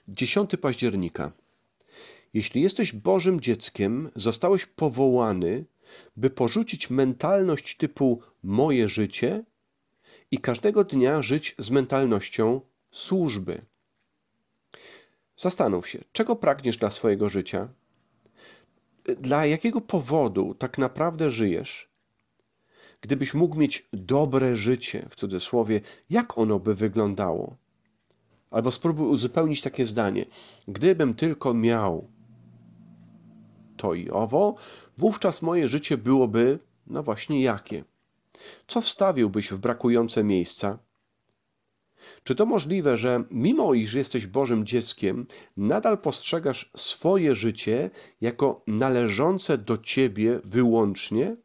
10 października. Jeśli jesteś Bożym dzieckiem, zostałeś powołany, by porzucić mentalność typu moje życie i każdego dnia żyć z mentalnością służby. Zastanów się, czego pragniesz dla swojego życia? Dla jakiego powodu tak naprawdę żyjesz? Gdybyś mógł mieć dobre życie, w cudzysłowie, jak ono by wyglądało? Albo spróbuj uzupełnić takie zdanie. Gdybym tylko miał to i owo, wówczas moje życie byłoby, no właśnie jakie? Co wstawiłbyś w brakujące miejsca? Czy to możliwe, że mimo iż jesteś Bożym dzieckiem, nadal postrzegasz swoje życie jako należące do Ciebie wyłącznie?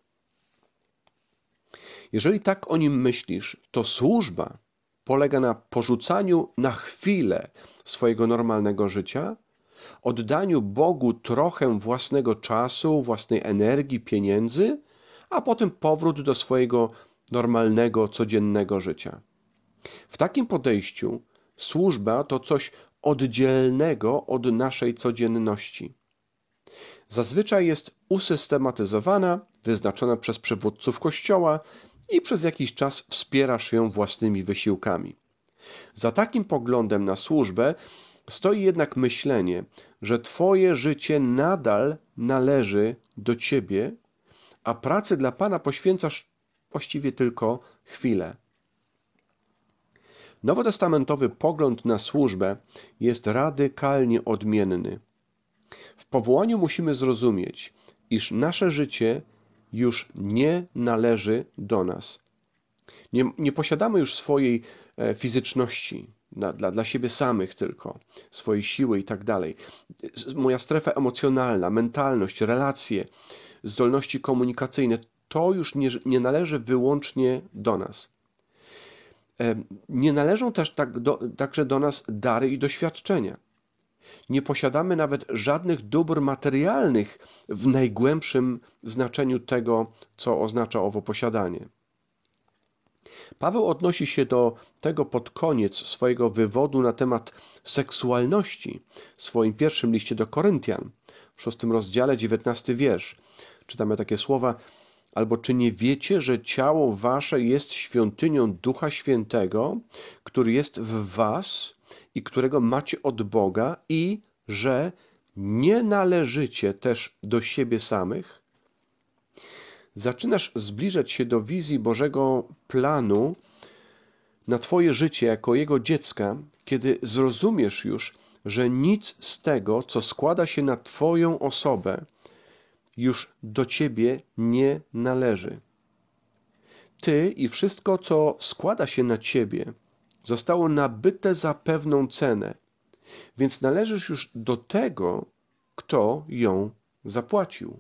Jeżeli tak o nim myślisz, to służba polega na porzucaniu na chwilę swojego normalnego życia, oddaniu Bogu trochę własnego czasu, własnej energii, pieniędzy, a potem powrót do swojego normalnego, codziennego życia. W takim podejściu służba to coś oddzielnego od naszej codzienności. Zazwyczaj jest usystematyzowana, wyznaczona przez przywódców Kościoła i przez jakiś czas wspierasz ją własnymi wysiłkami. Za takim poglądem na służbę stoi jednak myślenie, że Twoje życie nadal należy do Ciebie, a pracy dla Pana poświęcasz właściwie tylko chwilę. Nowotestamentowy pogląd na służbę jest radykalnie odmienny. W powołaniu musimy zrozumieć, iż nasze życie już nie należy do nas. Nie posiadamy już swojej fizyczności dla siebie samych tylko, swojej siły i tak dalej. Moja strefa emocjonalna, mentalność, relacje, zdolności komunikacyjne, to już nie należy wyłącznie do nas. Nie należą też także do nas dary i doświadczenia. Nie posiadamy nawet żadnych dóbr materialnych w najgłębszym znaczeniu tego, co oznacza owo posiadanie. Paweł odnosi się do tego pod koniec swojego wywodu na temat seksualności w swoim pierwszym liście do Koryntian, w 6 rozdziale, 19 wiersz. Czytamy takie słowa: albo czy nie wiecie, że ciało wasze jest świątynią Ducha Świętego, który jest w was i którego macie od Boga i że nie należycie też do siebie samych? Zaczynasz zbliżać się do wizji Bożego planu na Twoje życie jako Jego dziecka, kiedy zrozumiesz już, że nic z tego, co składa się na Twoją osobę, już do Ciebie nie należy. Ty i wszystko, co składa się na Ciebie, zostało nabyte za pewną cenę, więc należysz już do tego, kto ją zapłacił.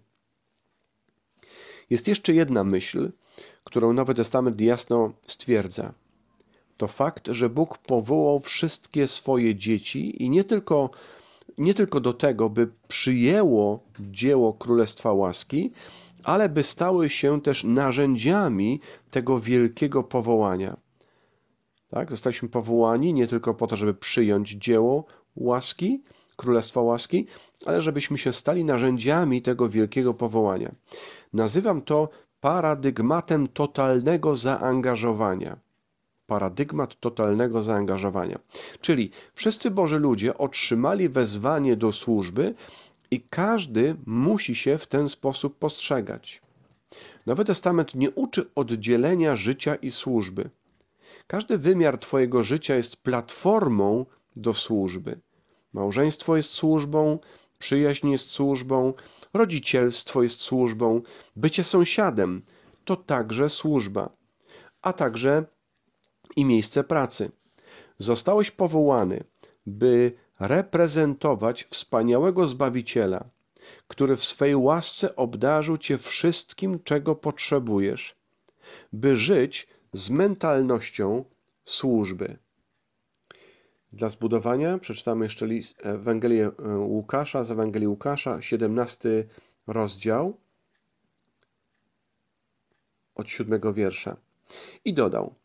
Jest jeszcze jedna myśl, którą Nowy Testament jasno stwierdza. To fakt, że Bóg powołał wszystkie swoje dzieci i nie tylko do tego, by przyjęło dzieło Królestwa Łaski, ale by stały się też narzędziami tego wielkiego powołania. Tak? Zostaliśmy powołani nie tylko po to, żeby przyjąć dzieło łaski, Królestwa Łaski, ale żebyśmy się stali narzędziami tego wielkiego powołania. Nazywam to paradygmatem totalnego zaangażowania. Paradygmat totalnego zaangażowania. Czyli wszyscy Boży ludzie otrzymali wezwanie do służby i każdy musi się w ten sposób postrzegać. Nowy Testament nie uczy oddzielenia życia i służby. Każdy wymiar Twojego życia jest platformą do służby. Małżeństwo jest służbą, przyjaźń jest służbą, rodzicielstwo jest służbą, bycie sąsiadem to także służba, a także i miejsce pracy. Zostałeś powołany, by reprezentować wspaniałego Zbawiciela, który w swej łasce obdarzył Cię wszystkim, czego potrzebujesz, by żyć z mentalnością służby. Dla zbudowania przeczytamy jeszcze Ewangelię Łukasza, z Ewangelii Łukasza, 17 rozdział, od 7 wiersza. I dodał: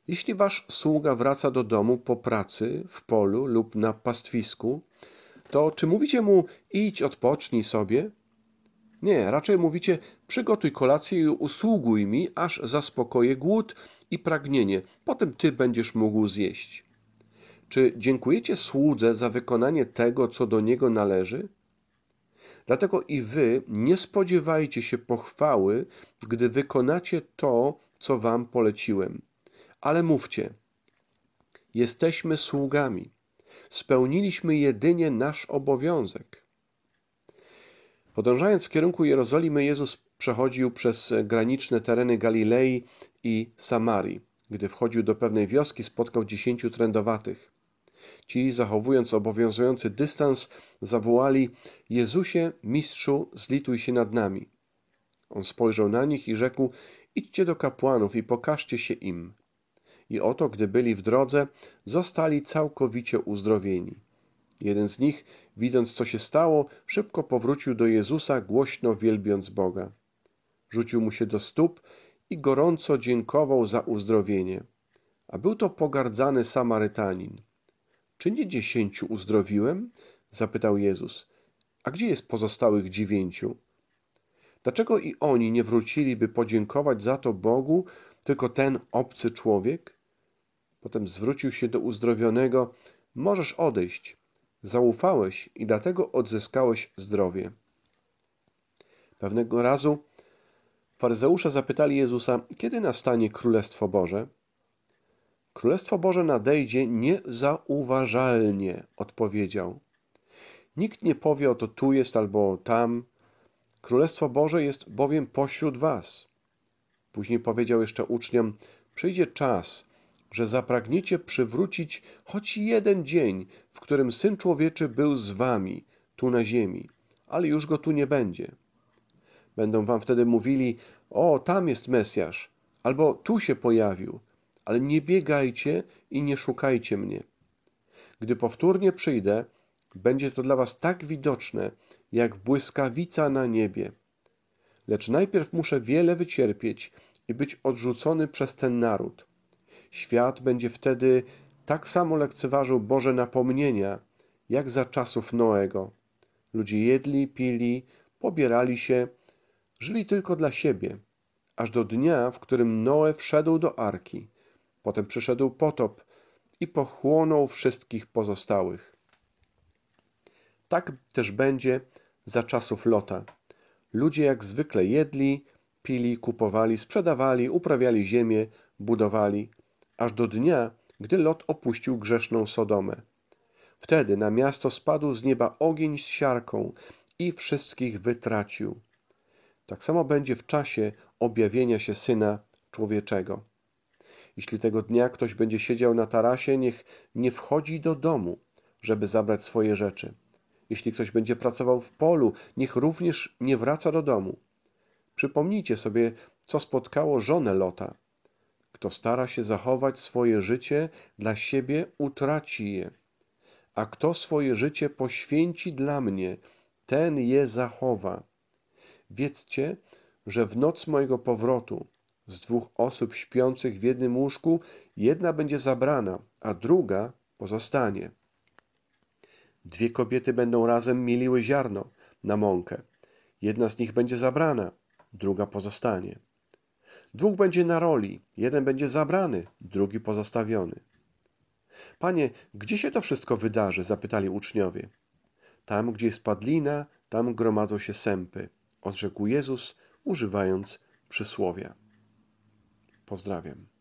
Jeśli wasz sługa wraca do domu po pracy, w polu lub na pastwisku, to czy mówicie mu: idź, odpocznij sobie? Nie, raczej mówicie: przygotuj kolację i usługuj mi, aż zaspokoję głód i pragnienie. Potem ty będziesz mógł zjeść. Czy dziękujecie słudze za wykonanie tego, co do niego należy? Dlatego i wy nie spodziewajcie się pochwały, gdy wykonacie to, co wam poleciłem. Ale mówcie: jesteśmy sługami. Spełniliśmy jedynie nasz obowiązek. Podążając w kierunku Jerozolimy, Jezus przechodził przez graniczne tereny Galilei i Samarii. Gdy wchodził do pewnej wioski, spotkał 10 trędowatych. Ci, zachowując obowiązujący dystans, zawołali: Jezusie, mistrzu, zlituj się nad nami. On spojrzał na nich i rzekł: idźcie do kapłanów i pokażcie się im. I oto, gdy byli w drodze, zostali całkowicie uzdrowieni. Jeden z nich, widząc, co się stało, szybko powrócił do Jezusa, głośno wielbiąc Boga. Rzucił mu się do stóp i gorąco dziękował za uzdrowienie. A był to pogardzany Samarytanin. Czy nie 10 uzdrowiłem? Zapytał Jezus. A gdzie jest pozostałych 9? Dlaczego i oni nie wrócili, by podziękować za to Bogu, tylko ten obcy człowiek? Potem zwrócił się do uzdrowionego. Możesz odejść. Zaufałeś i dlatego odzyskałeś zdrowie. Pewnego razu faryzeusze zapytali Jezusa, kiedy nastanie Królestwo Boże? Królestwo Boże nadejdzie niezauważalnie, odpowiedział. Nikt nie powie, oto tu jest albo tam. Królestwo Boże jest bowiem pośród was. Później powiedział jeszcze uczniom, przyjdzie czas, że zapragniecie przywrócić choć jeden dzień, w którym Syn Człowieczy był z wami, tu na ziemi, ale już go tu nie będzie. Będą wam wtedy mówili, o, tam jest Mesjasz, albo tu się pojawił, ale nie biegajcie i nie szukajcie mnie. Gdy powtórnie przyjdę, będzie to dla was tak widoczne, jak błyskawica na niebie. Lecz najpierw muszę wiele wycierpieć i być odrzucony przez ten naród. Świat będzie wtedy tak samo lekceważył Boże napomnienia, jak za czasów Noego. Ludzie jedli, pili, pobierali się, żyli tylko dla siebie, aż do dnia, w którym Noe wszedł do arki. Potem przyszedł potop i pochłonął wszystkich pozostałych. Tak też będzie za czasów Lota. Ludzie jak zwykle jedli, pili, kupowali, sprzedawali, uprawiali ziemię, budowali, aż do dnia, gdy Lot opuścił grzeszną Sodomę. Wtedy na miasto spadł z nieba ogień z siarką i wszystkich wytracił. Tak samo będzie w czasie objawienia się Syna Człowieczego. Jeśli tego dnia ktoś będzie siedział na tarasie, niech nie wchodzi do domu, żeby zabrać swoje rzeczy. Jeśli ktoś będzie pracował w polu, niech również nie wraca do domu. Przypomnijcie sobie, co spotkało żonę Lota. Kto stara się zachować swoje życie dla siebie, utraci je. A kto swoje życie poświęci dla mnie, ten je zachowa. Wiedzcie, że w noc mojego powrotu z 2 osób śpiących w jednym łóżku jedna będzie zabrana, a druga pozostanie. 2 kobiety będą razem mieliły ziarno na mąkę. Jedna z nich będzie zabrana, druga pozostanie. 2 będzie na roli, jeden będzie zabrany, drugi pozostawiony. Panie, gdzie się to wszystko wydarzy? Zapytali uczniowie. Tam, gdzie jest padlina, tam gromadzą się sępy, odrzekł Jezus, używając przysłowia. Pozdrawiam.